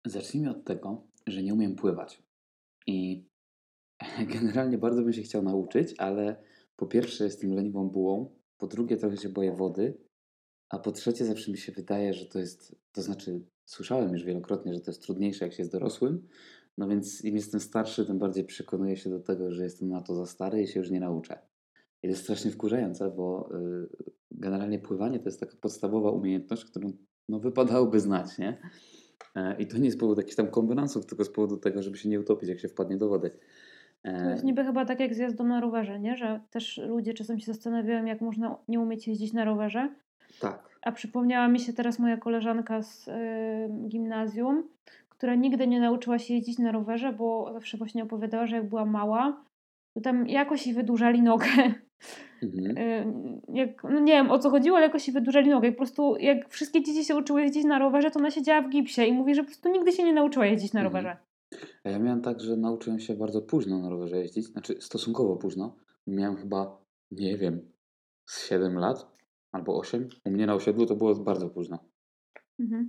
Zacznijmy od tego, że nie umiem pływać. I generalnie bardzo bym się chciał nauczyć, ale po pierwsze jestem leniwą bułą, po drugie trochę się boję wody, a po trzecie zawsze mi się wydaje, że to znaczy słyszałem już wielokrotnie, że to jest trudniejsze jak się jest dorosłym, no więc im jestem starszy, tym bardziej przekonuję się do tego, że jestem na to za stary i się już nie nauczę. I to jest strasznie wkurzające, bo generalnie pływanie to jest taka podstawowa umiejętność, którą no, wypadałoby znać, nie? I to nie z powodu jakichś tam kombinansów, tylko z powodu tego, żeby się nie utopić, jak się wpadnie do wody. To jest E, niby chyba tak jak z jazdą na rowerze, nie? Że też ludzie czasem się zastanawiają, jak można nie umieć jeździć na rowerze. tak. A przypomniała mi się teraz moja koleżanka z gimnazjum, która nigdy nie nauczyła się jeździć na rowerze, bo zawsze właśnie opowiadała, że jak była mała, to tam jakoś jej wydłużali nogę. Mhm. No nie wiem o co chodziło, ale jakoś jej wydłużali nogę. I po prostu jak wszystkie dzieci się uczyły jeździć na rowerze, to ona siedziała w gipsie i mówi, że po prostu nigdy się nie nauczyła jeździć na rowerze. Mhm. A ja miałem tak, że nauczyłem się bardzo późno na rowerze jeździć, znaczy stosunkowo późno. Miałem chyba, nie wiem, z 7 lat albo 8. U mnie na osiedlu to było bardzo późno. Mhm.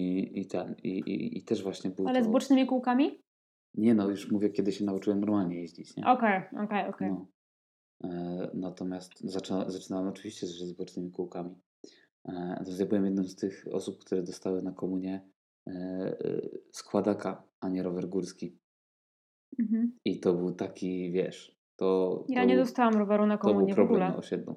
I też właśnie był Ale z to. bocznymi kółkami? Nie no, już mówię, kiedy się nauczyłem normalnie jeździć, nie? Okej. No. Natomiast zaczynałem oczywiście z bocznymi kółkami. Natomiast ja byłem jedną z tych osób, które dostały na komunię składaka, a nie rower górski. Mhm. I to był taki, wiesz, to, Ja to, nie był, dostałam roweru na to był komunię w problem na ogóle. osiedlu.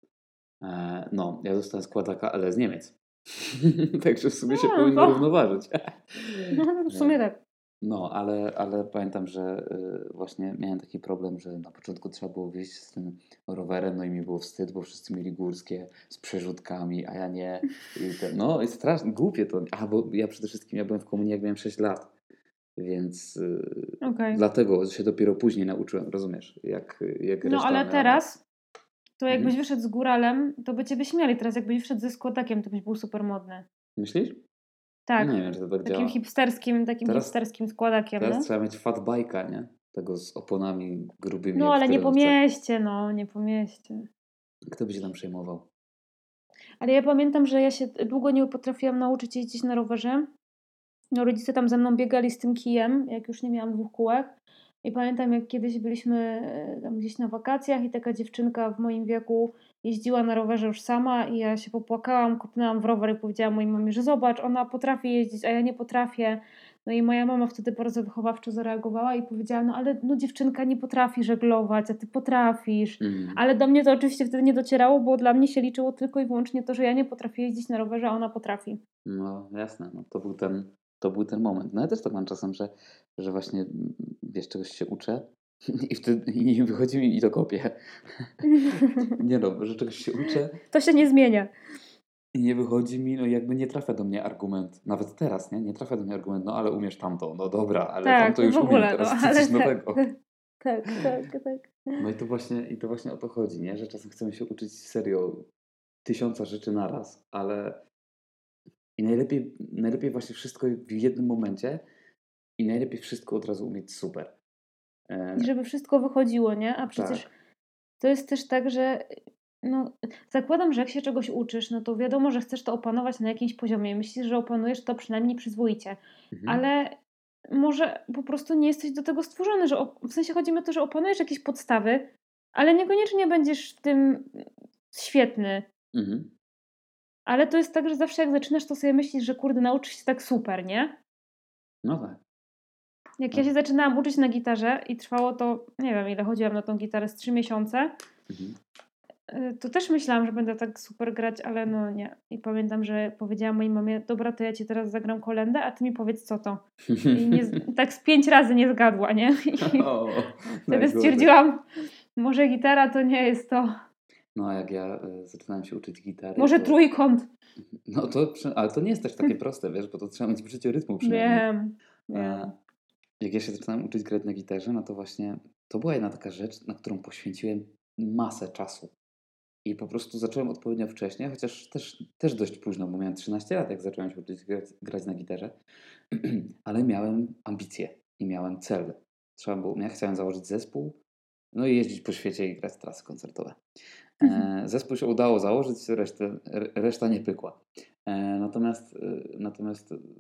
No, ja dostałem składaka, ale z Niemiec. Także w sumie się powinno O, równoważyć. w sumie tak. No, ale pamiętam, że właśnie miałem taki problem, że na początku trzeba było wyjść z tym rowerem, no i mi było wstyd, bo wszyscy mieli górskie z przerzutkami, a ja nie. No i strasznie, głupie to. Bo ja przede wszystkim byłem w komunii, jak miałem 6 lat, więc Okej. dlatego się dopiero później nauczyłem, rozumiesz, jak No reszta ale miała. teraz, to jakbyś Mhm. wyszedł z góralem, to by ciebie śmiali. Teraz jakbyś wyszedł ze składakiem, to byś był super modny. Myślisz? Nie Tak. wiem, czy to tak Takim działa. hipsterskim, takim Teraz, hipsterskim składakiem, teraz no. trzeba mieć fat bike'a, nie? Tego z oponami grubymi, No w ale nie którym po chce. mieście, no, nie po mieście. Kto by się tam przejmował? Ale ja pamiętam, że ja się długo nie potrafiłam nauczyć jeździć na rowerze. No rodzice tam ze mną biegali z tym kijem, jak już nie miałam 2 kółek. I pamiętam, jak kiedyś byliśmy tam gdzieś na wakacjach i taka dziewczynka w moim wieku jeździła na rowerze już sama i ja się popłakałam, kopnęłam w rower i powiedziałam mojej mamie, że zobacz, ona potrafi jeździć, a ja nie potrafię. No i moja mama wtedy bardzo wychowawczo zareagowała i powiedziała, no ale no dziewczynka nie potrafi żeglować, a ty potrafisz. Mhm. Ale do mnie to oczywiście wtedy nie docierało, bo dla mnie się liczyło tylko i wyłącznie to, że ja nie potrafię jeździć na rowerze, a ona potrafi. No jasne, no, to był ten moment. No ja też tak mam czasem, że właśnie wiesz, czegoś się uczę i wtedy i wychodzi mi i to kopię. Nie no, że czegoś się uczę To się nie zmienia. i nie wychodzi mi, no jakby nie trafia do mnie argument. Nawet teraz, nie? Nie trafia do mnie argument, no ale umiesz tamto. No dobra, ale Tak, tamto w już umiem, ogóle, no teraz chcę ale coś tak. nowego. Tak. No i to właśnie o to chodzi, nie? Że czasem chcemy się uczyć serio 1000 rzeczy naraz, ale i najlepiej właśnie wszystko w jednym momencie i najlepiej wszystko od razu umieć super. I E, żeby wszystko wychodziło, nie? A przecież tak. to jest też tak, że no, zakładam, że jak się czegoś uczysz, no to wiadomo, że chcesz to opanować na jakimś poziomie. Myślisz, że opanujesz to przynajmniej przyzwoicie. Mhm. Ale może po prostu nie jesteś do tego stworzony, że w sensie chodzi mi o to, że opanujesz jakieś podstawy, ale niekoniecznie będziesz w tym świetny. Mhm. Ale to jest tak, że zawsze jak zaczynasz, to sobie myślisz, że kurde, nauczysz się tak super, nie? No tak. Jak ja No. się zaczynałam uczyć na gitarze i trwało to, nie wiem ile chodziłam na tą gitarę, z 3 miesiące, Mhm. to też myślałam, że będę tak super grać, ale no nie. I pamiętam, że powiedziałam mojej mamie, dobra, to ja ci teraz zagram kolędę, a ty mi powiedz co to. I nie, tak z 5 razy nie zgadła, nie? I O, wtedy najgorzej. stwierdziłam, może gitara to nie jest to. No a jak ja zaczynałem się uczyć gitary, Może to trójkąt. no ale to nie jest też takie proste, wiesz, bo to trzeba mieć poczucie rytmu przynajmniej. Wiem, E, wiem. Jak ja się zaczynałem uczyć grać na gitarze, no to właśnie to była jedna taka rzecz, na którą poświęciłem masę czasu. I po prostu zacząłem odpowiednio wcześnie, chociaż też dość późno, bo miałem 13 lat, jak zacząłem się uczyć grać na gitarze, ale miałem ambicje i miałem cel. Ja chciałem założyć zespół, no i jeździć po świecie i grać trasy koncertowe. Zespół się udało założyć, reszta nie pykła. Natomiast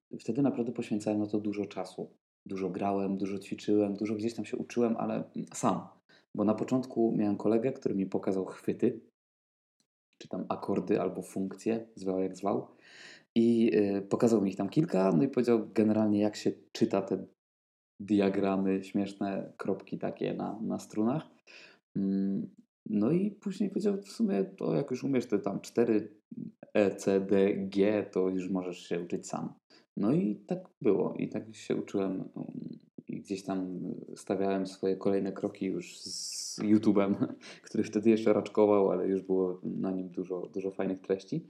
wtedy naprawdę poświęcałem na to dużo czasu. Dużo grałem, dużo ćwiczyłem, dużo gdzieś tam się uczyłem, ale sam. Bo na początku miałem kolegę, który mi pokazał chwyty, czy tam akordy albo funkcje, zwał jak zwał. I pokazał mi ich tam kilka, no i powiedział generalnie jak się czyta te diagramy, śmieszne kropki takie na strunach. Mm, No i później powiedział w sumie, to jak już umiesz te tam 4 E, C, D, G, to już możesz się uczyć sam. No i tak było. I tak się uczyłem i gdzieś tam stawiałem swoje kolejne kroki już z YouTube'em, który wtedy jeszcze raczkował, ale już było na nim dużo fajnych treści.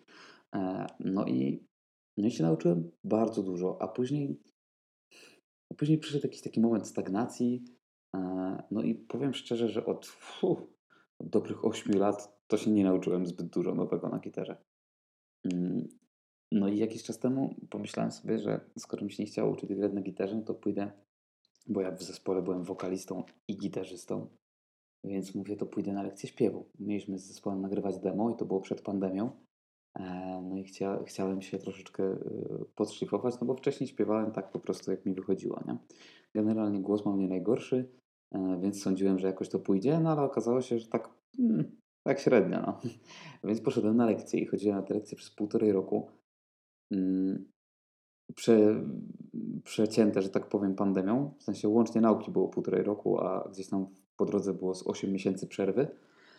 No i się nauczyłem bardzo dużo, a później przyszedł jakiś taki moment stagnacji. No i powiem szczerze, że od dobrych 8 lat to się nie nauczyłem zbyt dużo nowego na gitarze. Mm, No i jakiś czas temu pomyślałem sobie, że skoro mi się nie chciało uczyć grać na gitarze, no to pójdę, bo ja w zespole byłem wokalistą i gitarzystą, więc mówię, to pójdę na lekcję śpiewu. Mieliśmy z zespołem nagrywać demo i to było przed pandemią. No i chciałem się troszeczkę podszlifować, no bo wcześniej śpiewałem tak po prostu, jak mi wychodziło, nie? Generalnie głos mam nie najgorszy, więc sądziłem, że jakoś to pójdzie, no ale okazało się, że tak średnio, no. Więc poszedłem na lekcję i chodziłem na te lekcje przez 1,5 roku. Mm, prze, Przecięte, że tak powiem, pandemią. W sensie łącznie nauki było 1,5 roku, a gdzieś tam po drodze było z 8 miesięcy przerwy.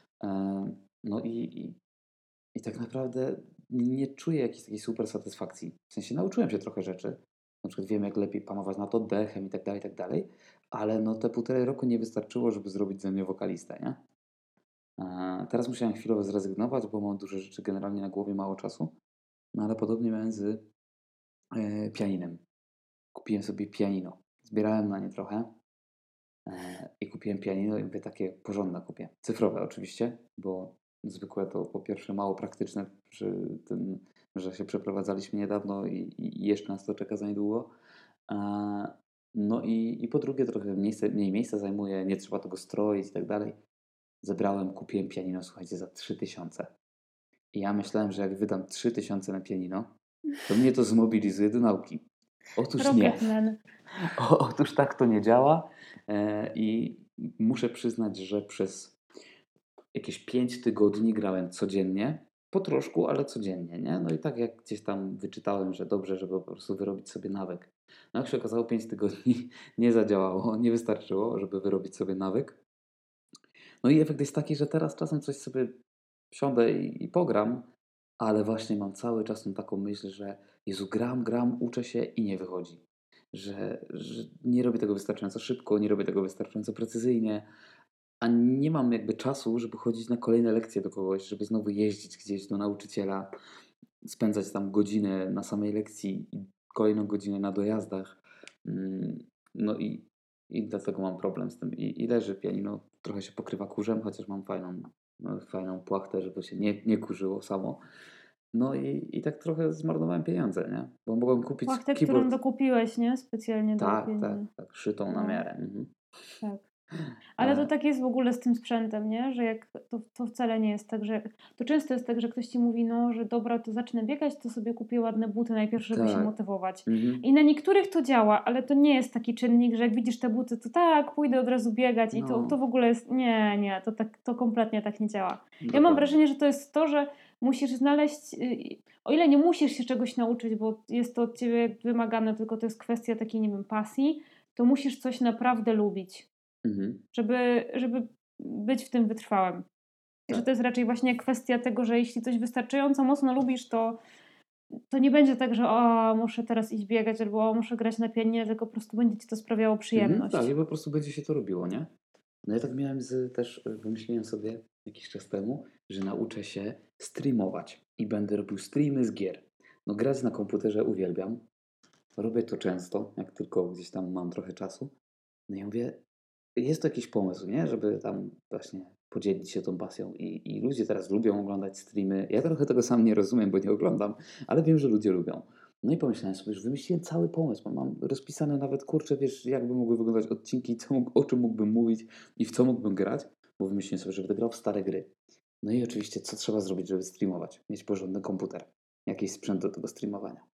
No i tak naprawdę nie czuję jakiejś takiej super satysfakcji. W sensie nauczyłem się trochę rzeczy. Na przykład wiem, jak lepiej panować nad oddechem i tak dalej. Ale no te 1,5 roku nie wystarczyło, żeby zrobić ze mnie wokalistę, nie? Teraz musiałem chwilowo zrezygnować, bo mam dużo rzeczy generalnie na głowie, mało czasu. No ale podobnie miałem z pianinem. Kupiłem sobie pianino. Zbierałem na nie trochę i kupiłem pianino i mówię, takie porządne kupię. Cyfrowe oczywiście, bo zwykłe to po pierwsze mało praktyczne przy tym, że się przeprowadzaliśmy niedawno i jeszcze nas to czeka za niedługo. No i po drugie trochę mniej miejsca zajmuje, nie trzeba tego stroić i tak dalej. Kupiłem pianino, słuchajcie, za 3000. I ja myślałem, że jak wydam 3000 na pianino, to mnie to zmobilizuje do nauki. Otóż nie. Rocketman. Otóż tak to nie działa i muszę przyznać, że przez jakieś 5 tygodni grałem codziennie, po troszku, ale codziennie, nie? No i tak jak gdzieś tam wyczytałem, że dobrze, żeby po prostu wyrobić sobie nawyk. No jak się okazało, 5 tygodni nie zadziałało, nie wystarczyło, żeby wyrobić sobie nawyk. No i efekt jest taki, że teraz czasem coś sobie siądę i pogram, ale właśnie mam cały czas tą taką myśl, że Jezu, gram, uczę się i nie wychodzi. Że nie robię tego wystarczająco szybko, nie robię tego wystarczająco precyzyjnie, a nie mam jakby czasu, żeby chodzić na kolejne lekcje do kogoś, żeby znowu jeździć gdzieś do nauczyciela, spędzać tam godzinę na samej lekcji i kolejną godzinę na dojazdach. No i dlatego mam problem z tym. I leży pianino, trochę się pokrywa kurzem, chociaż mam fajną płachtę, żeby się nie kurzyło samo. No i tak trochę zmarnowałem pieniądze, nie? Bo mogłem kupić Płachtę, którą keyboard. dokupiłeś, nie? Specjalnie do Tak, tak, pianina. tak, szytą na No, miarę. Mhm. tak. Ale to E, tak jest w ogóle z tym sprzętem, nie? Że jak to wcale nie jest tak, że to często jest tak, że ktoś ci mówi, no, że dobra, to zacznę biegać, to sobie kupię ładne buty najpierw, żeby się tak. motywować. Mhm. I na niektórych to działa, ale to nie jest taki czynnik, że jak widzisz te buty, to tak, pójdę od razu biegać i to No, w ogóle jest, nie, to kompletnie tak nie działa. Ja mam dokładnie. wrażenie, że to jest to, że musisz znaleźć, o ile nie musisz się czegoś nauczyć, bo jest to od ciebie wymagane, tylko to jest kwestia takiej, nie wiem, pasji, to musisz coś naprawdę lubić Mhm. żeby być w tym wytrwałym. I że to Tak. jest raczej właśnie kwestia tego, że jeśli coś wystarczająco mocno lubisz, to nie będzie tak, że o, muszę teraz iść biegać albo o, muszę grać na pianinie, tylko po prostu będzie ci to sprawiało Tak, przyjemność. i po prostu będzie się to robiło, nie? No ja tak miałem też wymyśliłem sobie jakiś czas temu, że nauczę się streamować i będę robił streamy z gier. No grać na komputerze uwielbiam. Robię to często, jak tylko gdzieś tam mam trochę czasu. No i mówię, jest to jakiś pomysł, nie? Żeby tam właśnie podzielić się tą pasją. I ludzie teraz lubią oglądać streamy. Ja trochę tego sam nie rozumiem, bo nie oglądam, ale wiem, że ludzie lubią. No i pomyślałem sobie, że wymyśliłem cały pomysł. Mam rozpisane nawet, kurczę, wiesz, jakby mogły wyglądać odcinki, o czym mógłbym mówić i w co mógłbym grać, bo wymyśliłem sobie, że będę grał w stare gry. No i oczywiście, co trzeba zrobić, żeby streamować? Mieć porządny komputer, jakiś sprzęt do tego streamowania.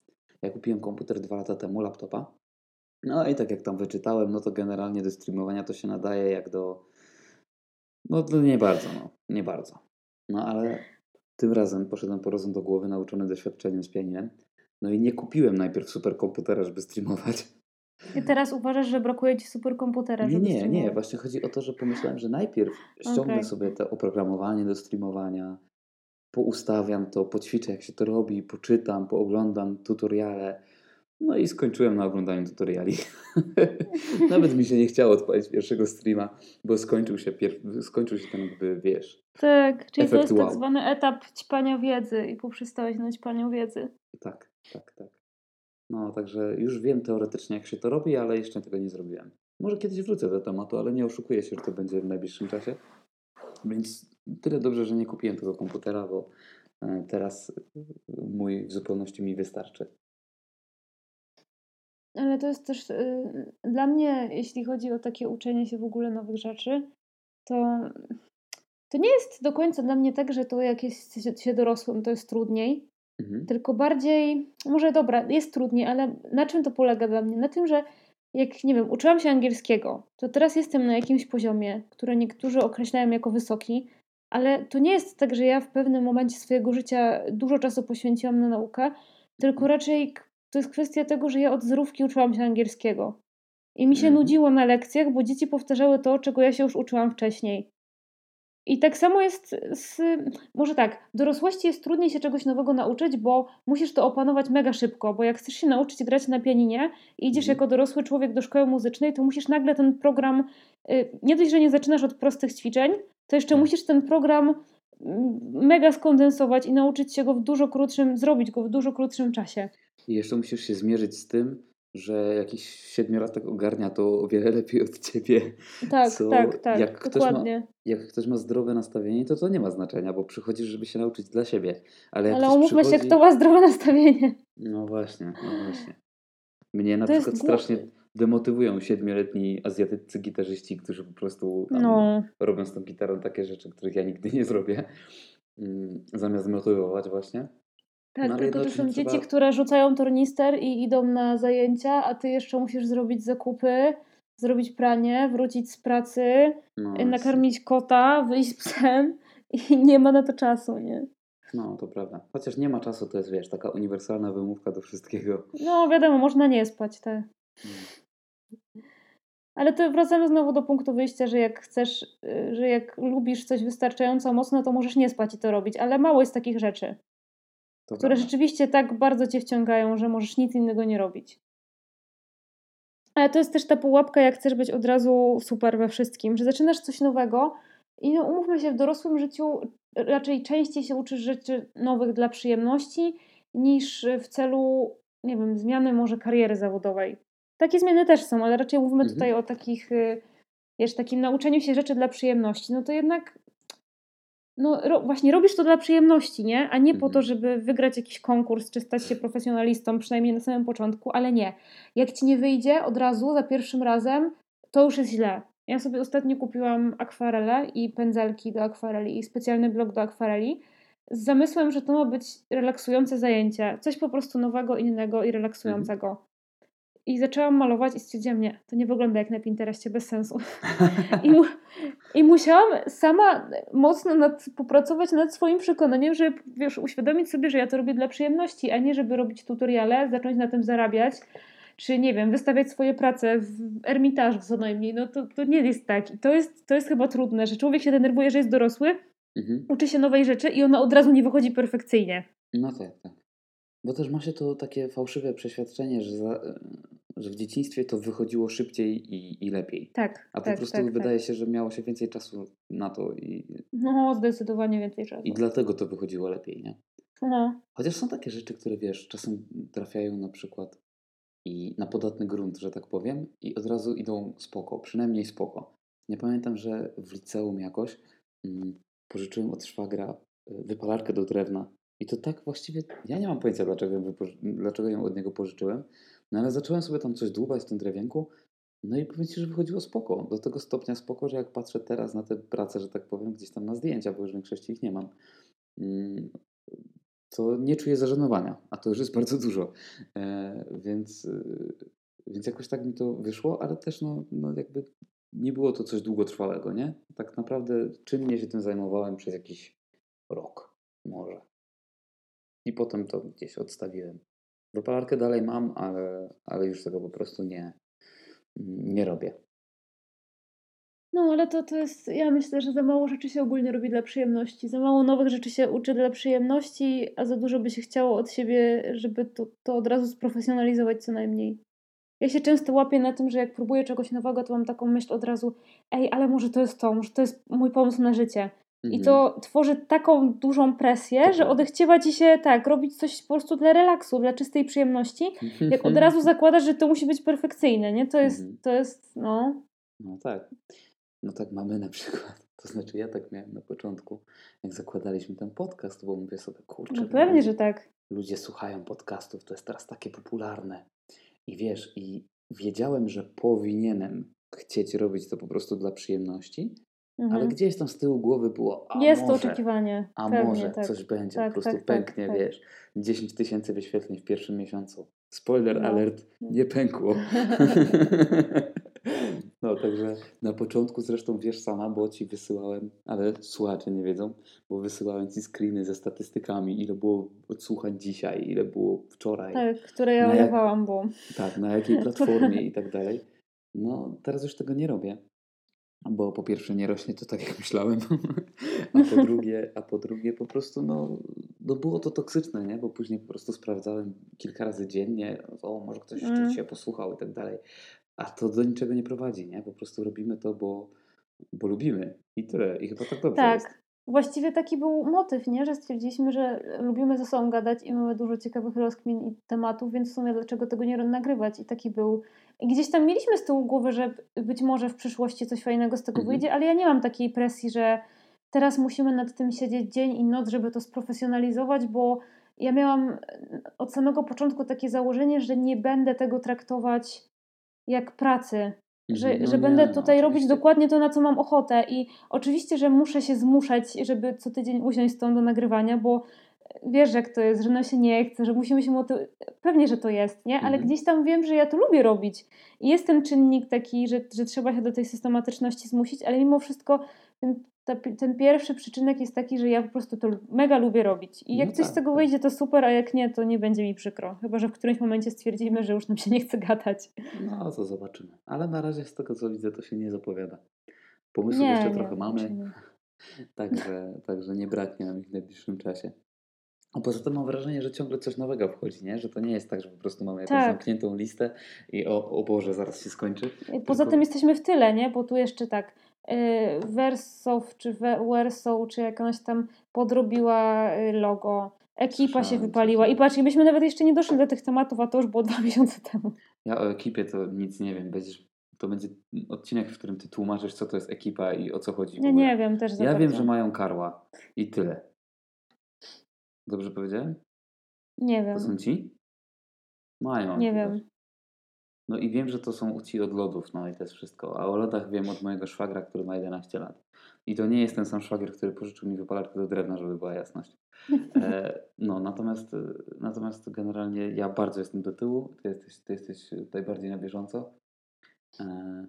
Ja kupiłem komputer 2 lata temu, laptopa. No i tak jak tam wyczytałem, no to generalnie do streamowania to się nadaje jak do... No to nie bardzo, nie bardzo. No ale tym razem poszedłem po rozum do głowy, nauczony doświadczeniem z pianinem. No i nie kupiłem najpierw superkomputera, żeby streamować. I teraz uważasz, że brakuje ci superkomputera, Nie, żeby nie, nie. streamować? Właśnie chodzi o to, że pomyślałem, że najpierw ściągnę Okej. sobie to oprogramowanie do streamowania, poustawiam to, poćwiczę jak się to robi, poczytam, pooglądam tutoriale. No i skończyłem na oglądaniu tutoriali. Nawet mi się nie chciało odpalić pierwszego streama, bo skończył się ten jakby, wiesz, Tak, czyli to efekt jest tak wow. zwany etap ćpania wiedzy i poprzestałeś na ćpaniu wiedzy. Tak, tak, tak. No, także już wiem teoretycznie, jak się to robi, ale jeszcze tego nie zrobiłem. Może kiedyś wrócę do tematu, ale nie oszukuję się, że to będzie w najbliższym czasie. Więc tyle dobrze, że nie kupiłem tego komputera, bo teraz mój w zupełności mi wystarczy. Ale to jest też dla mnie, jeśli chodzi o takie uczenie się w ogóle nowych rzeczy, to nie jest do końca dla mnie tak, że to jak jest się dorosłym, to jest trudniej. Mhm. Tylko bardziej, może dobra, jest trudniej, ale na czym to polega dla mnie? Na tym, że jak, nie wiem, uczyłam się angielskiego, to teraz jestem na jakimś poziomie, który niektórzy określają jako wysoki, ale to nie jest tak, że ja w pewnym momencie swojego życia dużo czasu poświęciłam na naukę, tylko raczej to jest kwestia tego, że ja od zerówki uczyłam się angielskiego. I mi się Mhm. nudziło na lekcjach, bo dzieci powtarzały to, czego ja się już uczyłam wcześniej. I tak samo jest może tak, w dorosłości jest trudniej się czegoś nowego nauczyć, bo musisz to opanować mega szybko, bo jak chcesz się nauczyć grać na pianinie i idziesz Mhm. jako dorosły człowiek do szkoły muzycznej, to musisz nagle ten program, nie dość, że nie zaczynasz od prostych ćwiczeń, to jeszcze Tak. musisz ten program mega skondensować i nauczyć się go zrobić go w dużo krótszym czasie. I jeszcze musisz się zmierzyć z tym, że jakiś 7-latek ogarnia to o wiele lepiej od ciebie, Tak, co tak, tak, dokładnie. jak ktoś ma zdrowe nastawienie, to nie ma znaczenia, bo przychodzisz, żeby się nauczyć dla siebie. Ale jak Ale ktoś umówmy się, kto przychodzi... ma zdrowe nastawienie. No właśnie, no właśnie. Mnie na To jest przykład strasznie demotywują 7-letni azjatyccy gitarzyści, którzy po prostu tam no. robią z tą gitarą takie rzeczy, których ja nigdy nie zrobię, zamiast motywować właśnie. No Tak, ale tylko to jednocześnie są dzieci, trzeba... które rzucają tornister i idą na zajęcia, a ty jeszcze musisz zrobić zakupy, zrobić pranie, wrócić z pracy, No właśnie. nakarmić kota, wyjść z psem i nie ma na to czasu, nie? No, to prawda. Chociaż nie ma czasu, to jest, wiesz, taka uniwersalna wymówka do wszystkiego. No wiadomo, można nie spać, tak. Mm. Ale to wracamy znowu do punktu wyjścia, że jak chcesz, że jak lubisz coś wystarczająco mocno, to możesz nie spać i to robić, ale mało jest takich rzeczy, To które prawda. rzeczywiście tak bardzo cię wciągają, że możesz nic innego nie robić. Ale to jest też ta pułapka, jak chcesz być od razu super we wszystkim, że zaczynasz coś nowego i no umówmy się, w dorosłym życiu raczej częściej się uczysz rzeczy nowych dla przyjemności niż w celu, nie wiem, zmiany może kariery zawodowej. Takie zmiany też są, ale raczej mówimy tutaj Mhm. o takich, wiesz, takim nauczeniu się rzeczy dla przyjemności. No to jednak no właśnie robisz to dla przyjemności, nie? A nie po to, Mhm. żeby wygrać jakiś konkurs, czy stać się profesjonalistą, przynajmniej na samym początku, ale nie. Jak ci nie wyjdzie od razu, za pierwszym razem, to już jest źle. Ja sobie ostatnio kupiłam akwarele i pędzelki do akwareli i specjalny blok do akwareli z zamysłem, że to ma być relaksujące zajęcie. Coś po prostu nowego, innego i Mhm. relaksującego. I zaczęłam malować i stwierdziłam, nie, to nie wygląda jak na Pinterestie, bez sensu. I, mu, I musiałam sama mocno popracować nad swoim przekonaniem, żeby wiesz, uświadomić sobie, że ja to robię dla przyjemności, a nie żeby robić tutoriale, zacząć na tym zarabiać, czy nie wiem, wystawiać swoje prace w Ermitażu co najmniej. No to nie jest tak. I to jest chyba trudne, że człowiek się denerwuje, że jest dorosły, Mhm. uczy się nowej rzeczy i ona od razu nie wychodzi perfekcyjnie. No tak, tak. Bo też ma się to takie fałszywe przeświadczenie, że w dzieciństwie to wychodziło szybciej i lepiej. Tak, A po tak, prostu tak, tak. wydaje się, że miało się więcej czasu na to No, zdecydowanie więcej i czasu. dlatego to wychodziło lepiej, nie? No, Chociaż są takie rzeczy, które wiesz, czasem trafiają na przykład i na podatny grunt, że tak powiem, i od razu idą spoko, przynajmniej spoko. Nie pamiętam, że w liceum jakoś pożyczyłem od szwagra wypalarkę do drewna. I to tak właściwie, ja nie mam pojęcia, dlaczego ją od niego pożyczyłem, no ale zacząłem sobie tam coś dłubać w tym drewienku, no i powiem Ci, że wychodziło spoko. Do tego stopnia spoko, że jak patrzę teraz na te prace, że tak powiem, gdzieś tam na zdjęcia, bo już w większości ich nie mam, mm, to nie czuję zażenowania, a to już jest bardzo dużo. Więc, więc jakoś tak mi to wyszło, ale też no jakby nie było to coś długotrwałego, nie? Tak naprawdę czynnie się tym zajmowałem przez jakiś rok może. I potem to gdzieś odstawiłem. Wypalarkę dalej mam, ale już tego po prostu nie robię. No, ale to jest, ja myślę, że za mało rzeczy się ogólnie robi dla przyjemności. Za mało nowych rzeczy się uczy dla przyjemności, a za dużo by się chciało od siebie, żeby to od razu sprofesjonalizować co najmniej. Ja się często łapię na tym, że jak próbuję czegoś nowego, to mam taką myśl od razu, ej, ale może to jest to, może to jest mój pomysł na życie. I Mhm, to tworzy taką dużą presję, to że prawda. odechciewa ci się tak, robić coś po prostu dla relaksu, dla czystej przyjemności. Jak od razu zakładasz, że to musi być perfekcyjne, nie? Mhm. To jest, no. No tak. No tak mamy na przykład. To znaczy ja tak miałem na początku, jak zakładaliśmy ten podcast, bo mówię sobie, kurczę, No no pewnie, że tak. ludzie słuchają podcastów, to jest teraz takie popularne. I wiesz, i wiedziałem, że powinienem chcieć robić to po prostu dla przyjemności, ale Mhm. gdzieś tam z tyłu głowy było, Jest to oczekiwanie. a Pewnie, może tak. coś będzie, po Tak, prostu tak, tak, pęknie, tak. wiesz, 10 tysięcy wyświetleń w pierwszym miesiącu. Spoiler No. alert, nie pękło. No, także na początku zresztą wiesz sama, bo ci wysyłałem, ale słuchacze nie wiedzą, bo wysyłałem ci screeny ze statystykami, ile było odsłuchań dzisiaj, ile było wczoraj, Tak, które ja na jak, olewałam, bo tak, na jakiej platformie i tak dalej. No, teraz już tego nie robię, bo po pierwsze nie rośnie to tak, jak myślałem, a po drugie po prostu, no było to toksyczne, nie? Bo później po prostu sprawdzałem kilka razy dziennie, o, może ktoś jeszcze dzisiaj posłuchał i tak dalej. A to do niczego nie prowadzi, nie? Po prostu robimy to, bo lubimy i tyle. I chyba tak dobrze jest. tak. Właściwie taki był motyw, nie? Że stwierdziliśmy, że lubimy ze sobą gadać i mamy dużo ciekawych rozkmin i tematów, więc w sumie dlaczego tego nie nagrywać? I taki był. I gdzieś tam mieliśmy z tyłu głowy, że być może w przyszłości coś fajnego z tego Mhm. wyjdzie, ale ja nie mam takiej presji, że teraz musimy nad tym siedzieć dzień i noc, żeby to sprofesjonalizować, bo ja miałam od samego początku takie założenie, że nie będę tego traktować jak pracy, Mhm. No że będę nie, no tutaj robić oczywiście. dokładnie to, na co mam ochotę i oczywiście, że muszę się zmuszać, żeby co tydzień usiąść z tą do nagrywania, bo wiesz jak to jest, że nam się nie chce, że musimy się pewnie, że to jest, nie? Ale Mhm. gdzieś tam wiem, że ja to lubię robić i jest ten czynnik taki, że trzeba się do tej systematyczności zmusić, ale mimo wszystko ten pierwszy przyczynek jest taki, że ja po prostu to mega lubię robić i No jak coś z tak, tego tak. wyjdzie, to super, a jak nie, to nie będzie mi przykro. Chyba że w którymś momencie stwierdzimy, że już nam się nie chce gadać. No to zobaczymy. Ale na razie z tego co widzę, to się nie zapowiada. Pomysłów jeszcze Nie, nie, trochę mamy, raczej nie. także nie braknie nam ich w najbliższym czasie. A poza tym mam wrażenie, że ciągle coś nowego wchodzi, nie? Że to nie jest tak, że po prostu mamy jakąś Tak. zamkniętą listę i o Boże, zaraz się skończy. Poza tym Tylko jesteśmy w tyle, nie? Bo tu jeszcze tak Wersow czy Wersow, czy jakąś tam podrobiła logo. Ekipa się słyszałem coś, wypaliła. I no. patrz, i myśmy nawet jeszcze nie doszli do tych tematów, a to już było 2 miesiące temu. Ja o ekipie to nic nie wiem. To będzie odcinek, w którym ty tłumaczysz, co to jest ekipa i o co chodzi w Ja nie ogóle. wiem też za Ja wiem, że bardzo. mają Karła i tyle. Dobrze powiedziałem? Nie To są wiem. ci? Mają Nie jakiegoś. wiem. No i wiem, że to są ci od lodów, no i to jest wszystko. A o lodach wiem od mojego szwagra, który ma 11 lat. I to nie jest ten sam szwagier, który pożyczył mi wypalarkę do drewna, żeby była jasność. No, natomiast generalnie ja bardzo jestem do tyłu, ty jesteś tutaj bardziej na bieżąco. E,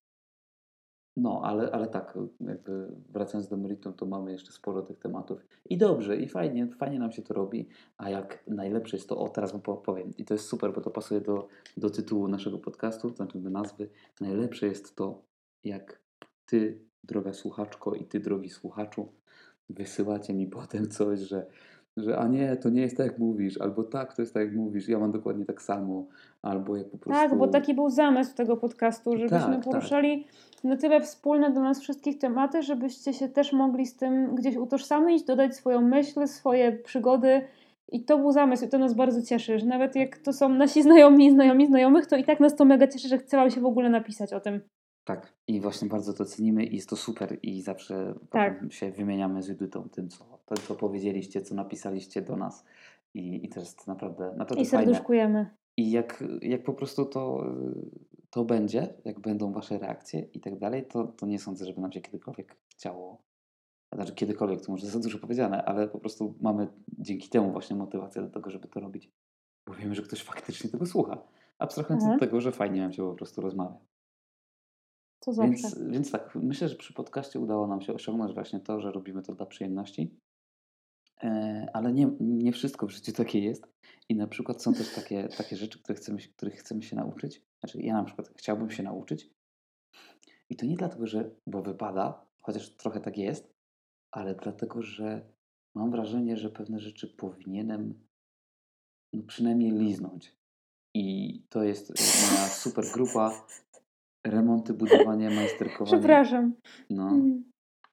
No, ale tak, jakby wracając do meritum, to mamy jeszcze sporo tych tematów. I dobrze, i fajnie nam się to robi. A jak najlepsze jest to, o teraz wam powiem, i to jest super, bo to pasuje do tytułu naszego podcastu, to znaczy do nazwy. Najlepsze jest to, jak ty, droga słuchaczko, i ty, drogi słuchaczu, wysyłacie mi potem coś, że a nie, to nie jest tak jak mówisz, albo tak, to jest tak jak mówisz, ja mam dokładnie tak samo, albo jak po Tak, bo prostu taki był zamysł tego podcastu, żebyśmy tak, tak, poruszali na tyle wspólne dla nas wszystkich tematy, żebyście się też mogli z tym gdzieś utożsamić, dodać swoją myśl, swoje przygody. I to był zamysł i to nas bardzo cieszy, że nawet jak to są nasi znajomi znajomych, to i tak nas to mega cieszy, że chce wam się w ogóle napisać o tym. tak. I właśnie bardzo to cenimy i jest to super i zawsze Tak. potem się wymieniamy z Judytą tym, co powiedzieliście, co napisaliście do nas i to jest naprawdę, I naprawdę fajne. serduszkujemy. I jak po prostu to będzie, jak będą wasze reakcje i tak dalej, to nie sądzę, żeby nam się kiedykolwiek chciało Znaczy kiedykolwiek, to może za dużo powiedziane, ale po prostu mamy dzięki temu właśnie motywację do tego, żeby to robić. Bo wiemy, że ktoś faktycznie tego słucha. Abstrahując od Mhm. tego, że fajnie nam się po prostu rozmawia. To zawsze. Więc tak, myślę, że przy podcaście udało nam się osiągnąć właśnie to, że robimy to dla przyjemności, ale nie wszystko w życiu takie jest. I na przykład są też takie rzeczy, których chcemy się nauczyć. Znaczy ja na przykład chciałbym się nauczyć i to nie dlatego, bo wypada, chociaż trochę tak jest, ale dlatego, że mam wrażenie, że pewne rzeczy powinienem no, przynajmniej liznąć. I to jest moja super grupa. Remonty, budowanie, majsterkowanie. Przepraszam. No, Mm.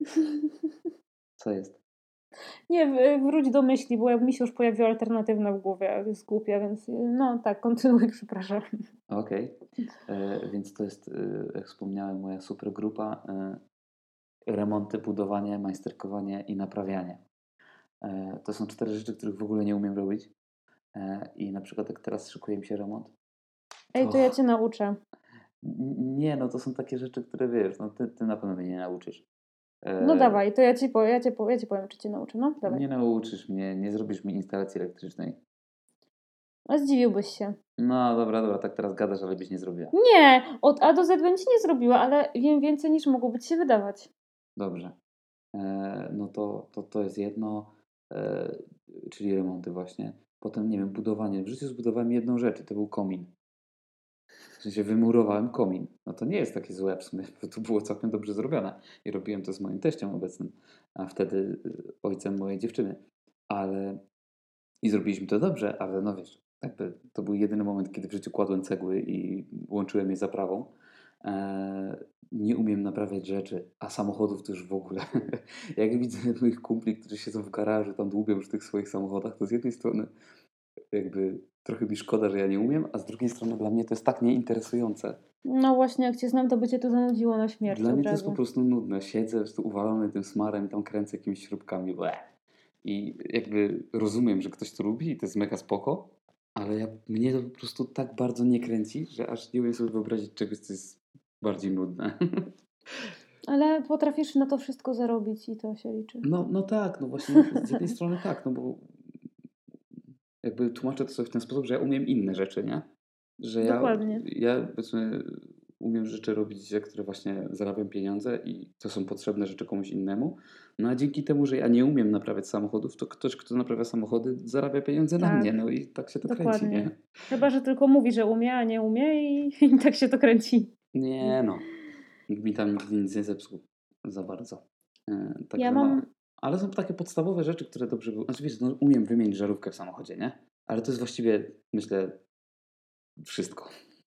co jest? Nie, wróć do myśli, bo mi się już pojawiła alternatywna w głowie, ale jest głupia, więc no tak, kontynuuj, przepraszam. Okej. Więc to jest, jak wspomniałem, moja super grupa. Remonty, budowanie, majsterkowanie i naprawianie. To są 4 rzeczy, których w ogóle nie umiem robić. I na przykład jak teraz szykuje mi się remont, Ej, to to ja cię nauczę. nie, no to są takie rzeczy, które wiesz, no ty na pewno mnie nie nauczysz. No E, dawaj, to ja ci powiem, czy cię nauczę. No, dawaj. Nie nauczysz mnie, nie zrobisz mi instalacji elektrycznej. A zdziwiłbyś się. No dobra, tak teraz gadasz, ale byś nie zrobiła. Nie, od A do Z bym ci nie zrobiła, ale wiem więcej niż mogłoby ci się wydawać. Dobrze. No to jest jedno, e, czyli remonty właśnie. Potem, nie wiem, budowanie. W życiu zbudowałem jedną rzecz i to był komin. W sensie wymurowałem komin. No to nie jest takie złe w sumie, bo to było całkiem dobrze zrobione. I robiłem to z moim teściem obecnym, a wtedy ojcem mojej dziewczyny. Ale i zrobiliśmy to dobrze, ale no wiesz, jakby to był jedyny moment, kiedy w życiu kładłem cegły i łączyłem je zaprawą. Nie umiem naprawiać rzeczy, a samochodów to już w ogóle. Jak widzę moich kumpli, którzy siedzą w garażu, tam dłubią już w tych swoich samochodach, to z jednej strony jakby trochę mi szkoda, że ja nie umiem, a z drugiej strony dla mnie to jest tak nieinteresujące. No właśnie, jak cię znam, to by cię to zanudziło na śmierć Dla od mnie to jest po razu. prostu nudne. Siedzę po prostu uwalony tym smarem i tam kręcę jakimiś śrubkami. Bleh. I jakby rozumiem, że ktoś to lubi i to jest mega spoko, ale mnie to po prostu tak bardzo nie kręci, że aż nie umiem sobie wyobrazić czegoś, co jest bardziej nudne. Ale potrafisz na to wszystko zarobić i to się liczy. No tak, no właśnie z jednej strony tak, no bo jakby tłumaczę to sobie w ten sposób, że ja umiem inne rzeczy, nie? Że Dokładnie. ja powiedzmy umiem rzeczy robić, za które właśnie zarabiam pieniądze i to są potrzebne rzeczy komuś innemu. No a dzięki temu, że ja nie umiem naprawiać samochodów, to ktoś, kto naprawia samochody, zarabia pieniądze na mnie. Tak, No i tak się to kręci, dokładnie. nie? Chyba, że tylko mówi, że umie, a nie umie i tak się to kręci. Nie no. Nikt mi tam nigdy nic nie zepsuł za bardzo. Ja Także mam, no. Ale są takie podstawowe rzeczy, które dobrze były. Znaczy wiesz, no, umiem wymienić żarówkę w samochodzie, nie? Ale to jest właściwie, myślę, wszystko.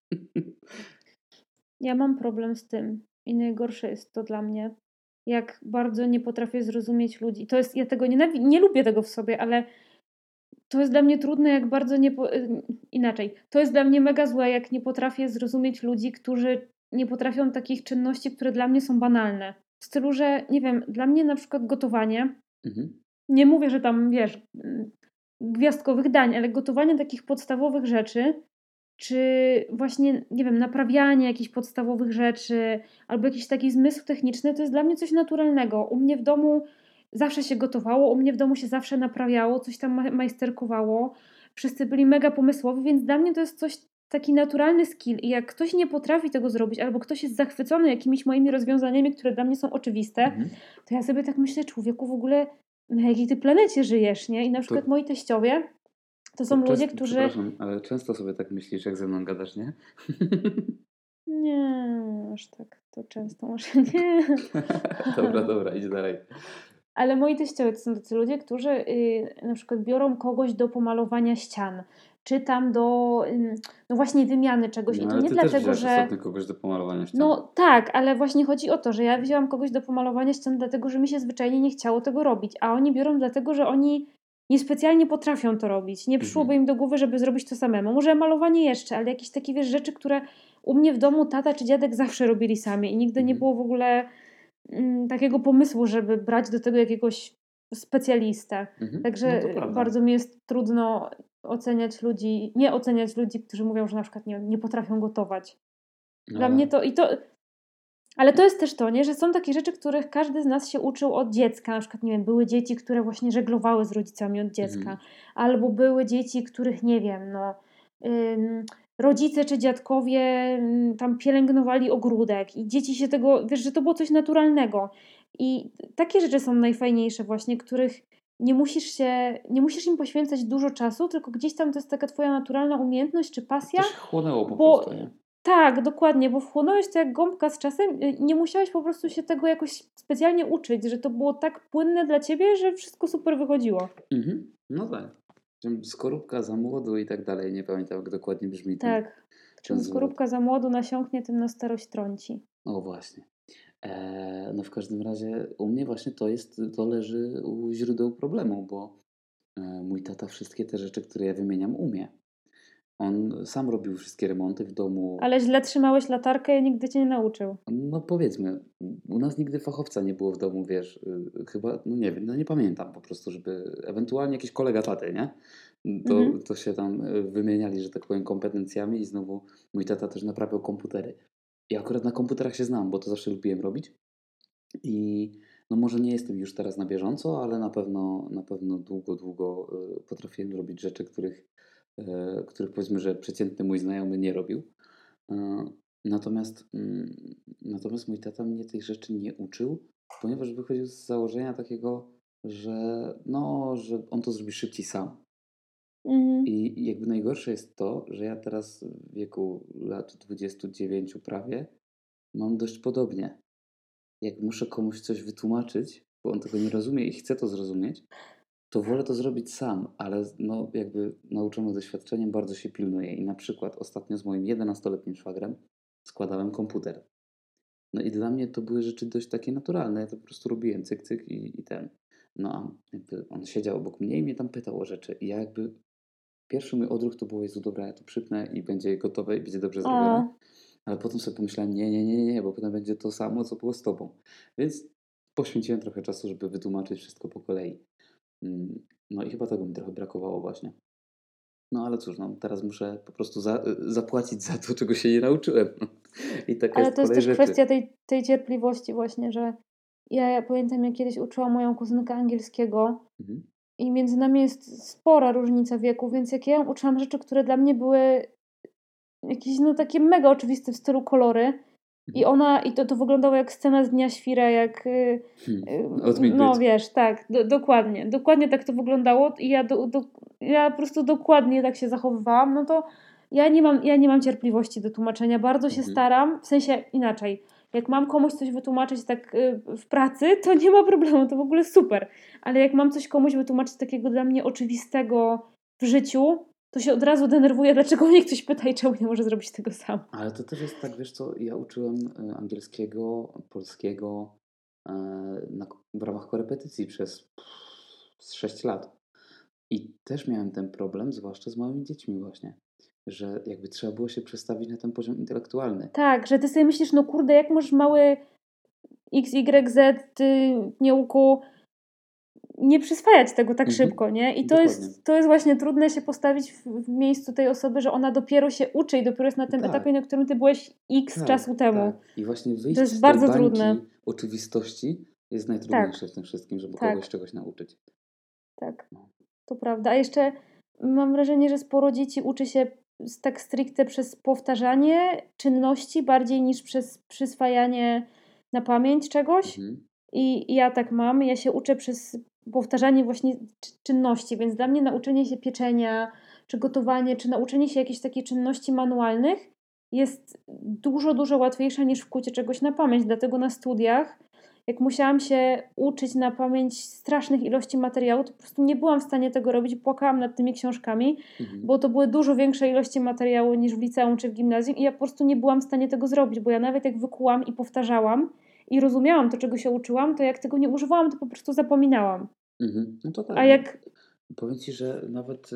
ja mam problem z tym i najgorsze jest to dla mnie, jak bardzo nie potrafię zrozumieć ludzi. To jest, ja tego nie lubię tego w sobie, ale to jest dla mnie trudne, jak bardzo inaczej. To jest dla mnie mega złe, jak nie potrafię zrozumieć ludzi, którzy nie potrafią takich czynności, które dla mnie są banalne. W stylu, że nie wiem, dla mnie na przykład gotowanie, Mhm. nie mówię, że tam wiesz, gwiazdkowych dań, ale gotowanie takich podstawowych rzeczy, czy właśnie, nie wiem, naprawianie jakichś podstawowych rzeczy, albo jakiś taki zmysł techniczny, to jest dla mnie coś naturalnego. U mnie w domu zawsze się gotowało, u mnie w domu się zawsze naprawiało, coś tam majsterkowało. Wszyscy byli mega pomysłowi, więc dla mnie to jest coś, taki naturalny skill. I jak ktoś nie potrafi tego zrobić, albo ktoś jest zachwycony jakimiś moimi rozwiązaniami, które dla mnie są oczywiste, Mhm. to ja sobie tak myślę, człowieku, w ogóle na jakiej ty planecie żyjesz, nie? I na przykład To, moi teściowie to to są ludzie, którzy... przepraszam, ale często sobie tak myślisz, jak ze mną gadasz, nie? Nie, aż tak to często może nie. Dobra, idź dalej. Ale moi teściowie to są tacy ludzie, którzy na przykład biorą kogoś do pomalowania ścian, czy tam do no właśnie wymiany czegoś. I No to ale nie ty też dlatego, wziąłeś że... ostatnio kogoś do pomalowania ścian. No tak, ale właśnie chodzi o to, że ja wzięłam kogoś do pomalowania ścian dlatego, że mi się zwyczajnie nie chciało tego robić, a oni biorą dlatego, że oni niespecjalnie potrafią to robić. Nie przyszłoby Mhm. im do głowy, żeby zrobić to samemu. Może malowanie jeszcze, ale jakieś takie, wiesz, rzeczy, które u mnie w domu tata czy dziadek zawsze robili sami i nigdy nie Mhm. było w ogóle takiego pomysłu, żeby brać do tego jakiegoś specjalistę. Mhm. No to Także prawda. bardzo mi jest trudno nie oceniać ludzi, którzy mówią, że na przykład nie potrafią gotować. Dla mnie Ale to, i to Ale to jest też to, nie? Że są takie rzeczy, których każdy z nas się uczył od dziecka. Na przykład, nie wiem, były dzieci, które właśnie żeglowały z rodzicami od dziecka. Mhm. Albo były dzieci, których, nie wiem, no, ym, rodzice czy dziadkowie tam pielęgnowali ogródek i dzieci się tego, wiesz, że to było coś naturalnego. I takie rzeczy są najfajniejsze właśnie, których nie musisz im poświęcać dużo czasu, tylko gdzieś tam to jest taka twoja naturalna umiejętność czy pasja, To się chłonęło po bo prostu, nie? tak, dokładnie, bo wchłonąłeś to jak gąbka z czasem, nie musiałeś po prostu się tego jakoś specjalnie uczyć, że to było tak płynne dla ciebie, że wszystko super wychodziło. Mhm. No tak. Czym skorupka za młodu i tak dalej. Nie pamiętam, jak dokładnie brzmi Tak. ten Czym zwrot. skorupka za młodu nasiąknie, tym na starość trąci. O właśnie. No w każdym razie u mnie właśnie to leży u źródeł problemu, bo mój tata wszystkie te rzeczy, które ja wymieniam, umie. On sam robił wszystkie remonty w domu. Ale źle trzymałeś latarkę i nigdy cię nie nauczył. No powiedzmy, u nas nigdy fachowca nie było w domu, wiesz, chyba, no nie wiem, no nie pamiętam po prostu, żeby ewentualnie jakiś kolega taty, nie? To, Mhm. to się tam wymieniali, że tak powiem, kompetencjami i znowu mój tata też naprawiał komputery. Ja akurat na komputerach się znam, bo to zawsze lubiłem robić i no może nie jestem już teraz na bieżąco, ale na pewno długo, długo potrafiłem robić rzeczy, których powiedzmy, że przeciętny mój znajomy nie robił. E, Natomiast, natomiast mój tata mnie tych rzeczy nie uczył, ponieważ wychodził z założenia takiego, że no, że on to zrobi szybciej sam. Mhm. I jakby najgorsze jest to, że ja teraz w wieku lat 29 prawie mam dość podobnie. Jak muszę komuś coś wytłumaczyć, bo on tego nie rozumie i chce to zrozumieć, to wolę to zrobić sam, ale no jakby nauczony doświadczeniem bardzo się pilnuję. I na przykład ostatnio z moim 11-letnim szwagrem składałem komputer. No i dla mnie to były rzeczy dość takie naturalne. Ja to po prostu robiłem cyk, cyk i ten. No a jakby on siedział obok mnie i mnie tam pytał o rzeczy. I ja jakby pierwszy mój odruch to było, Jezu, dobra, ja to przypnę i będzie gotowe i będzie dobrze zrobione. O, Ale potem sobie pomyślałem, nie, nie, nie, nie, bo potem będzie to samo, co było z tobą. Więc poświęciłem trochę czasu, żeby wytłumaczyć wszystko po kolei. No i chyba tego mi trochę brakowało właśnie. No ale cóż, no, teraz muszę po prostu zapłacić za to, czego się nie nauczyłem. I taka ale jest to jest kolej też rzeczy. kwestia tej cierpliwości właśnie, że ja pamiętam, jak kiedyś uczyłam moją kuzynkę angielskiego Mhm. i między nami jest spora różnica wieku, więc jak ja ją uczyłam rzeczy, które dla mnie były jakieś, no, takie mega oczywiste w stylu kolory. I Mhm. ona, i to wyglądało jak scena z Dnia Świra, jak, Odmień no być. wiesz, tak, dokładnie, dokładnie tak to wyglądało i ja po prostu dokładnie tak się zachowywałam, no to ja nie mam cierpliwości do tłumaczenia, bardzo się Mhm. staram, w sensie inaczej, jak mam komuś coś wytłumaczyć tak w pracy, to nie ma problemu, to w ogóle super, ale jak mam coś komuś wytłumaczyć takiego dla mnie oczywistego w życiu, to się od razu denerwuję, dlaczego mnie ktoś pyta i czemu nie może zrobić tego sam. Ale to też jest tak, wiesz co, ja uczyłem angielskiego, polskiego e, w ramach korepetycji przez 6 lat. I też miałem ten problem, zwłaszcza z małymi dziećmi właśnie, że jakby trzeba było się przestawić na ten poziom intelektualny. Tak, że ty sobie myślisz, no kurde, jak możesz mały XYZ pniełku nie przyswajać tego tak Mhm. szybko, nie? I Dokładnie. to jest właśnie trudne się postawić w miejscu tej osoby, że ona dopiero się uczy i dopiero jest na tym etapie, Tak, na którym ty byłeś X tak, czasu temu. tak. I właśnie To wyjść jest z tej bardzo trudne. bańki oczywistości jest najtrudniejsze Tak, w tym wszystkim, żeby kogoś tak, czegoś nauczyć. tak. No. To prawda. A jeszcze mam wrażenie, że sporo dzieci uczy się tak stricte przez powtarzanie czynności bardziej niż przez przyswajanie na pamięć czegoś. Mhm. I ja tak mam. Ja się uczę przez powtarzanie właśnie czynności, więc dla mnie nauczenie się pieczenia, czy gotowanie, czy nauczenie się jakichś takich czynności manualnych jest dużo, dużo łatwiejsze niż wkucie czegoś na pamięć. Dlatego na studiach, jak musiałam się uczyć na pamięć strasznych ilości materiału, to po prostu nie byłam w stanie tego robić. Płakałam nad tymi książkami, Mhm. bo to były dużo większe ilości materiału niż w liceum czy w gimnazjum i ja po prostu nie byłam w stanie tego zrobić, bo ja nawet jak wykułam i powtarzałam i rozumiałam to, czego się uczyłam, to jak tego nie używałam, to po prostu zapominałam. Mhm. No to A tak, no. jak Powiem ci, że nawet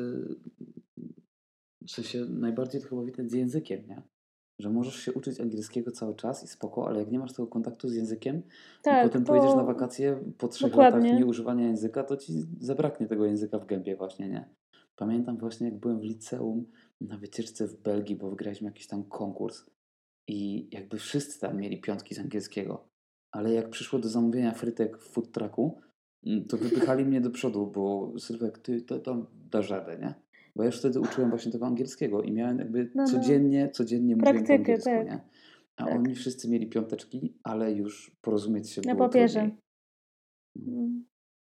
w sensie najbardziej to chyba widać z językiem, nie? Że możesz się uczyć angielskiego cały czas i spoko, ale jak nie masz tego kontaktu z językiem i tak, potem pojedziesz na to wakacje po 3 latach dokładnie. nieużywania języka, to ci zabraknie tego języka w gębie właśnie, nie? Pamiętam właśnie, jak byłem w liceum na wycieczce w Belgii, bo wygraliśmy jakiś tam konkurs i jakby wszyscy tam mieli piątki z angielskiego. Ale jak przyszło do zamówienia frytek w food trucku, to wypychali mnie do przodu, bo Sylwek, ty to tam dasz radę, nie? Bo ja już wtedy uczyłem właśnie tego angielskiego i miałem jakby No, no. codziennie mówiłem po Praktykę, angielsku, tak, nie? A tak. oni wszyscy mieli piąteczki, ale już porozumieć się Na było papierze. trudniej. Mm.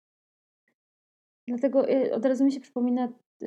Dlatego od razu mi się przypomina,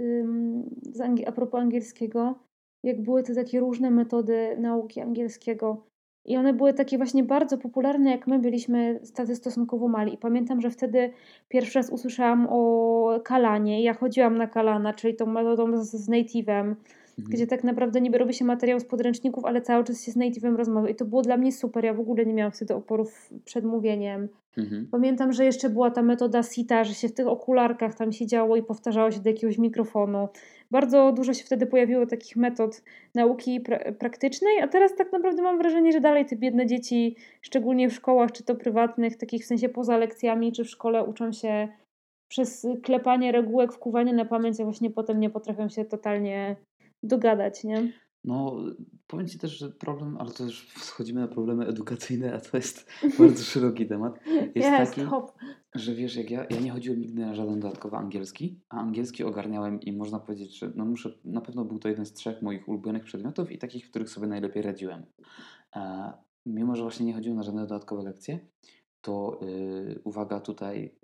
a propos angielskiego, jak były te takie różne metody nauki angielskiego. I one były takie właśnie bardzo popularne, jak my byliśmy tacy stosunkowo mali. I pamiętam, że wtedy pierwszy raz usłyszałam o Kalanie. Ja chodziłam na Kalana, czyli tą metodą z native'em, gdzie Mhm. tak naprawdę niby robi się materiał z podręczników, ale cały czas się z native'em rozmawia. I to było dla mnie super. Ja w ogóle nie miałam wtedy oporów przed mówieniem. Mhm. Pamiętam, że jeszcze była ta metoda sita, że się w tych okularkach tam siedziało i powtarzało się do jakiegoś mikrofonu. Bardzo dużo się wtedy pojawiło takich metod nauki praktycznej, a teraz tak naprawdę mam wrażenie, że dalej te biedne dzieci, szczególnie w szkołach, czy to prywatnych, takich w sensie poza lekcjami, czy w szkole, uczą się przez klepanie regułek, wkuwanie na pamięć, a właśnie potem nie potrafią się totalnie dogadać, nie? No, powiem Ci też, że problem, ale to już schodzimy na problemy edukacyjne, a to jest bardzo szeroki temat, jest Jest, taki, hop. że wiesz, jak ja nie chodziłem nigdy na żaden dodatkowy angielski, a angielski ogarniałem i można powiedzieć, że no muszę, na pewno był to jeden z 3 moich ulubionych przedmiotów i takich, w których sobie najlepiej radziłem. E, Mimo, że właśnie nie chodziłem na żadne dodatkowe lekcje, to uwaga tutaj,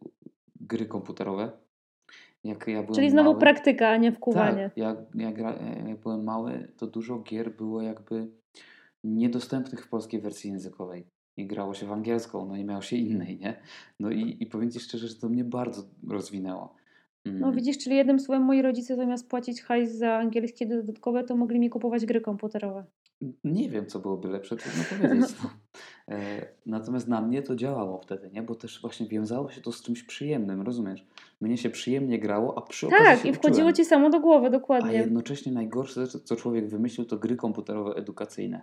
gry komputerowe. Jak ja Czyli byłem znowu mały, praktyka, a nie wkuwanie. tak, jak byłem mały, to dużo gier było jakby niedostępnych w polskiej wersji językowej i grało się w angielską, no i miało się innej, nie? No i powiem Ci szczerze, że to mnie bardzo rozwinęło. No Mm, widzisz, czyli jednym słowem moi rodzice zamiast płacić hajs za angielskie dodatkowe, to mogli mi kupować gry komputerowe. Nie wiem, co byłoby lepsze, trudno powiedzieć. No. Natomiast na mnie to działało wtedy, nie? Bo też właśnie wiązało się to z czymś przyjemnym, rozumiesz? Mnie się przyjemnie grało, a przy okazji Tak, się i wchodziło uczyłem. ci samo do głowy, A dokładnie. jednocześnie najgorsze, co człowiek wymyślił, to gry komputerowe edukacyjne.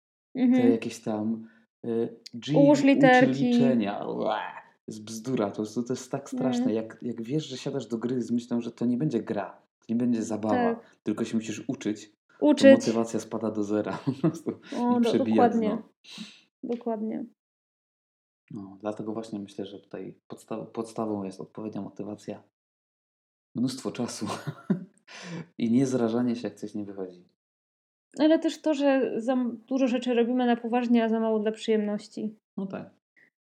Te Mhm. jakieś tam Ułóż Jig uczy literki. liczenia. Ue, jest bzdura, po prostu to jest tak straszne. Mm, Jak wiesz, że siadasz do gry z myślą, że to nie będzie gra, to nie będzie zabawa, tak. tylko się musisz uczyć, to Uczyć. motywacja spada do zera po prostu i O, przebija dokładnie. dno. Dokładnie. No, dlatego właśnie myślę, że tutaj podstawą jest odpowiednia motywacja, mnóstwo czasu i nie zrażanie się, jak coś nie wychodzi. Ale też to, że dużo rzeczy robimy na poważnie, a za mało dla przyjemności. No tak.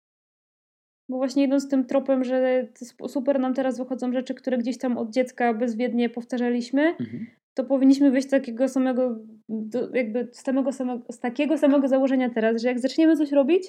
Bo właśnie idąc tym tropem, że super nam teraz wychodzą rzeczy, które gdzieś tam od dziecka bezwiednie powtarzaliśmy, Mhm. to powinniśmy wyjść z takiego samego, jakby z takiego samego założenia teraz, że jak zaczniemy coś robić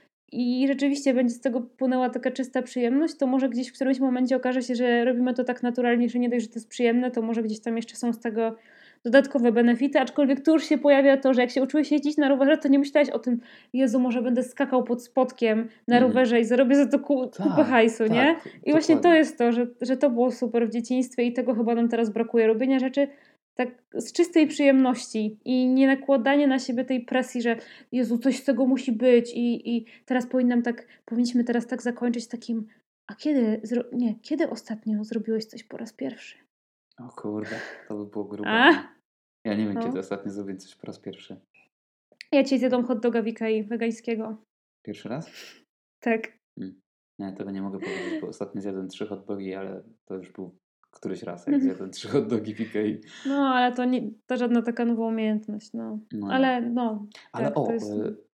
i rzeczywiście będzie z tego płynęła taka czysta przyjemność, to może gdzieś w którymś momencie okaże się, że robimy to tak naturalnie, że nie dość, że to jest przyjemne, to może gdzieś tam jeszcze są z tego dodatkowe benefity, aczkolwiek tu już się pojawia to, że jak się uczyłeś jeździć na rowerze, to nie myślałeś o tym: „Jezu, może będę skakał pod spodkiem na Mhm. rowerze i zarobię za to kupę Tak, hajsu", nie? tak, I właśnie to dokładnie. jest to, że to było super w dzieciństwie i tego chyba nam teraz brakuje. Robienia rzeczy tak z czystej przyjemności i nie nakładanie na siebie tej presji, że Jezu, coś z tego musi być i teraz powinniśmy teraz tak zakończyć takim: „A kiedy ostatnio zrobiłeś coś po raz pierwszy?" O kurde, to by było grube, A, nie? Ja nie wiem, kiedy no. ostatnio zrobiłem coś po raz pierwszy. Ja dzisiaj zjadłam hot doga w Ikei wegańskiego. Pierwszy raz? Tak. Nie, tego nie mogę powiedzieć, bo ostatnio zjadłem 3 hot dogi, ale to już był któryś raz, jak zjadłem 3 hot dogi w Ikei. No, ale to żadna taka nowa umiejętność, no. No nie. Ale no, Ale tak, to o, jest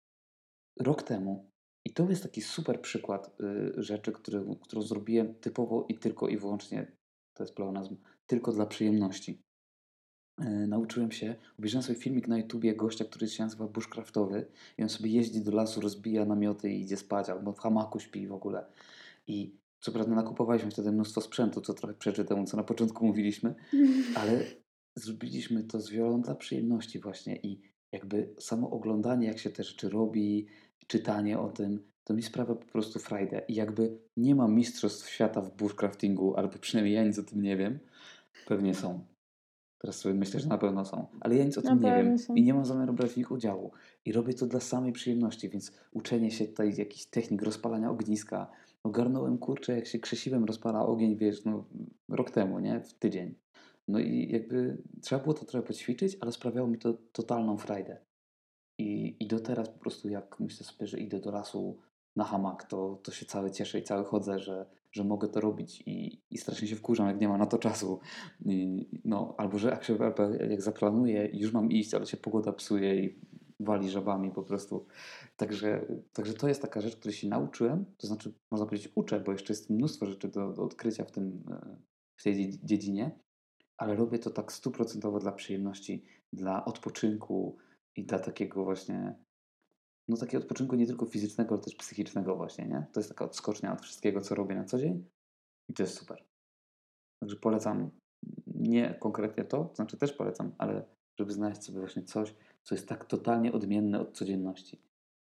rok temu, i to jest taki super przykład rzeczy, którą zrobiłem typowo i tylko i wyłącznie, to jest pleonazm, tylko dla przyjemności. Nauczyłem się, obejrzałem sobie filmik na YouTubie gościa, który się nazywa bushcraftowy i on sobie jeździ do lasu, rozbija namioty i idzie spać, albo w hamaku śpi w ogóle. I co prawda nakupowaliśmy wtedy mnóstwo sprzętu, co trochę przeczy temu, co na początku mówiliśmy, ale zrobiliśmy to z wiolą dla przyjemności właśnie i jakby samo oglądanie, jak się te rzeczy robi, czytanie o tym, to mi sprawia po prostu frajdę. I jakby nie ma mistrzostw świata w bushcraftingu, albo przynajmniej ja nic o tym nie wiem. Pewnie są. Teraz sobie myślę, że na pewno są, ale ja nic o na tym nie wiem pewno i są. nie mam zamiaru brać w nich udziału. I robię to dla samej przyjemności, więc uczenie się tutaj jakichś technik rozpalania ogniska. Ogarnąłem, kurczę, jak się krzesiwem rozpala ogień, wiesz, no rok temu, nie? W tydzień. No i jakby trzeba było to trochę poćwiczyć, ale sprawiało mi to totalną frajdę. I do teraz po prostu jak myślę sobie, że idę do lasu na hamak, to się cały cieszę i cały chodzę, że mogę to robić i strasznie się wkurzam, jak nie ma na to czasu. No, albo że albo jak zaplanuję i już mam iść, ale się pogoda psuje i wali żabami po prostu. Także to jest taka rzecz, której się nauczyłem, to znaczy można powiedzieć uczę, bo jeszcze jest mnóstwo rzeczy do odkrycia w tej dziedzinie, ale robię to tak 100% dla przyjemności, dla odpoczynku i dla takiego właśnie, no takiego odpoczynku nie tylko fizycznego, ale też psychicznego właśnie, nie? To jest taka odskocznia od wszystkiego, co robię na co dzień i to jest super. Także polecam, nie konkretnie to znaczy też polecam, ale żeby znaleźć sobie właśnie coś, co jest tak totalnie odmienne od codzienności.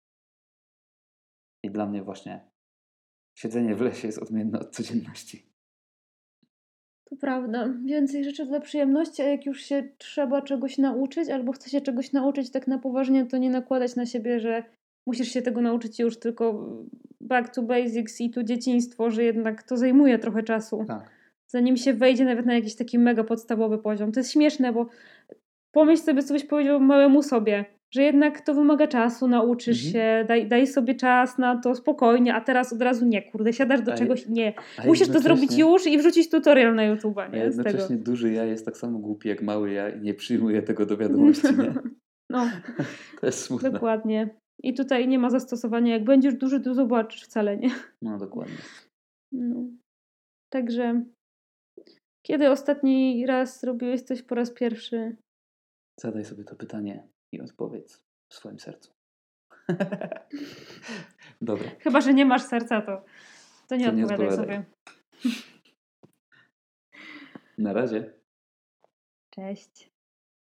I dla mnie właśnie siedzenie w lesie jest odmienne od codzienności. To prawda. Więcej rzeczy dla przyjemności, a jak już się trzeba czegoś nauczyć albo chce się czegoś nauczyć tak na poważnie, to nie nakładać na siebie, że musisz się tego nauczyć już, tylko back to basics i tu dzieciństwo, że jednak to zajmuje trochę czasu. Tak. Zanim się wejdzie nawet na jakiś taki mega podstawowy poziom. To jest śmieszne, bo pomyśl sobie, co byś powiedział małemu sobie, że jednak to wymaga czasu, nauczysz się, daj sobie czas na to spokojnie, a teraz od razu nie, kurde, siadasz do czegoś i nie. Musisz to zrobić już i wrzucić tutorial na YouTube'a, A nie? Z tego. jednocześnie duży ja jest tak samo głupi jak mały ja i nie przyjmuje tego do wiadomości, nie? No, To jest smutne. dokładnie. I tutaj nie ma zastosowania. Jak będziesz duży, to zobaczysz wcale, nie? No, dokładnie. No. Także kiedy ostatni raz robiłeś coś po raz pierwszy? Zadaj sobie to pytanie i odpowiedz w swoim sercu. Dobra. Chyba że nie masz serca, to nie To nie odpowiadaj odpowiadaj. sobie. Na razie. Cześć.